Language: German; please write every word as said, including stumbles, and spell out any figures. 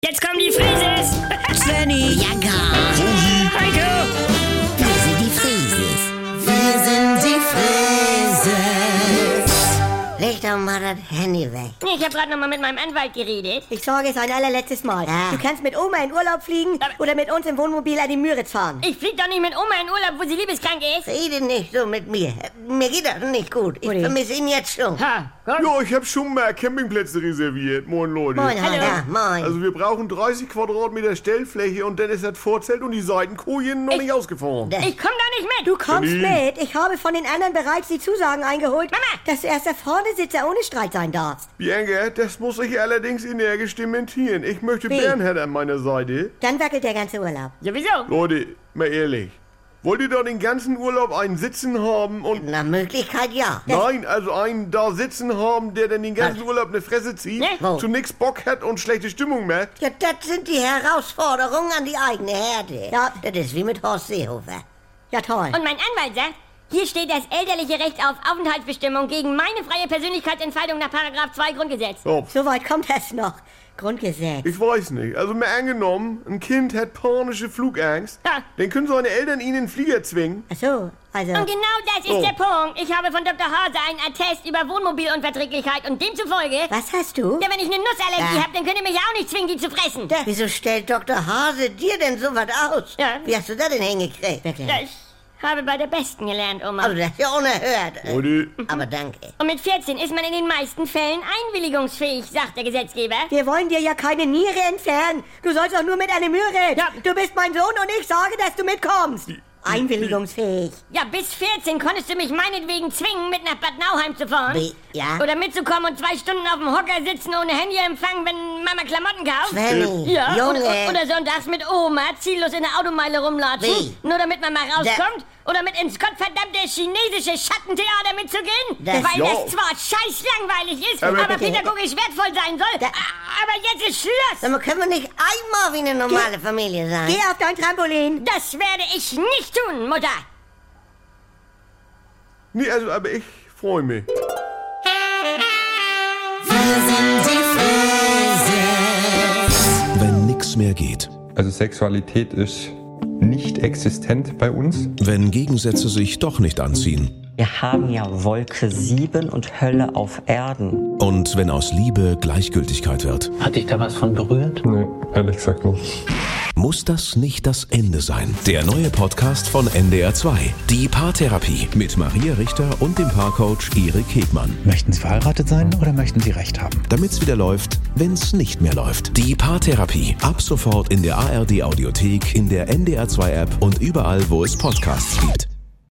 Jetzt kommen die Frieses! Svenny! Ja, gar. Heiko! Wir sind die Frieses. Wir sind die Frieses. Leg doch mal das Handy weg. Ich habe gerade noch mal mit meinem Anwalt geredet. Ich sage es ein allerletztes Mal. Ja. Du kannst mit Oma in Urlaub fliegen oder mit uns im Wohnmobil an die Müritz fahren. Ich flieg doch nicht mit Oma in Urlaub, wo sie liebeskrank ist. Rede nicht so mit mir. Mir geht das nicht gut. Ich Uli. vermisse ihn jetzt schon. Ha, gut. Ja, ich hab schon mehr Campingplätze reserviert. Moin, Leute. Moin, Hallo. Ja, moin. Also wir brauchen dreißig Quadratmeter Stellfläche und dann ist das Vorzelt und die Seitenkojen noch nicht ausgefahren. Da- Ich komm da nicht mit. Du kommst Svenny. mit. Ich habe von den anderen bereits die Zusagen eingeholt, Mama. dass du erst der Vorne-Sitzer ohne Streit sein darfst. Bianca, das muss ich allerdings energisch dementieren. Ich möchte Wie? Bernhard an meiner Seite. Dann wackelt der ganze Urlaub. Sowieso. Leute, mal ehrlich. Wollt ihr da den ganzen Urlaub einen Sitzen haben und... Nach Möglichkeit ja. Nein, also einen da sitzen haben, der dann den ganzen Urlaub eine Fresse zieht, Ne? Wo? zu nix Bock hat und schlechte Stimmung macht? Ja, das sind die Herausforderungen an die eigene Herde. Ja. Das ist wie mit Horst Seehofer. Ja, toll. Und mein Anwalt sagt, hier steht das elterliche Recht auf Aufenthaltsbestimmung gegen meine freie Persönlichkeitsentfaltung nach Paragraph zwei Grundgesetz. Ja, So weit kommt es noch. Grundgesetz. ich weiß nicht. Also mal angenommen, ein Kind hat panische Flugangst, Ja. dann können seine Eltern ihn in den Flieger zwingen. Ach so, also... Und genau das ist Oh. der Punkt. Ich habe von Doktor Hase einen Attest über Wohnmobilunverträglichkeit und demzufolge... Was hast du? Ja, wenn ich eine Nussallergie Ja. habe, dann könnt ihr mich ja auch nicht zwingen, die zu fressen. Da- Wieso stellt Doktor Hase dir denn sowas aus? Ja. Wie hast du das denn hingekriegt? Wirklich? Ja, ich habe bei der Besten gelernt, Oma. Also das ist ja unerhört. Leute, Aber danke. Und mit vierzehn ist man in den meisten Fällen einwilligungsfähig, sagt der Gesetzgeber. Wir wollen dir ja keine Niere entfernen. Du sollst doch nur mit einer Müritz. Ja. Du bist mein Sohn und ich sage, dass du mitkommst. Einwilligungsfähig. Ja, bis vierzehn konntest du mich meinetwegen zwingen, mit nach Bad Nauheim zu fahren. Wie? Ja? Oder mitzukommen und zwei Stunden auf dem Hocker sitzen ohne Handyempfang, wenn Mama Klamotten kauft. Svenny, Ja, Junge. oder, oder sonntags mit Oma ziellos in der Automeile rumlatschen. Wie? Nur damit man mal rauskommt. Oder mit ins gottverdammte chinesische Schattentheater mitzugehen. Das- weil Ja. das zwar scheiß langweilig ist, Aber- aber, pädagogisch wertvoll sein soll. Da- aber jetzt ist Schluss. Sag mal, können wir nicht einmal wie eine normale Familie sein? Geh auf dein Trampolin. Das werde ich nicht tun, Mutter. nee, also, aber ich freue mich. Wenn nix mehr geht. Also Sexualität ist nicht existent bei uns. Wenn Gegensätze sich doch nicht anziehen. Wir haben ja Wolke sieben und Hölle auf Erden. Und wenn aus Liebe Gleichgültigkeit wird. Hat dich da was von berührt? Nee, ehrlich gesagt nicht. Muss das nicht das Ende sein? Der neue Podcast von N D R zwei. Die Paartherapie mit Maria Richter und dem Paarcoach Erik Hegmann. Möchten Sie verheiratet sein oder möchten Sie Recht haben? Damit's wieder läuft, wenn's nicht mehr läuft. Die Paartherapie. Ab sofort in der A R D Audiothek, in der N D R zwei App und überall, wo es Podcasts gibt.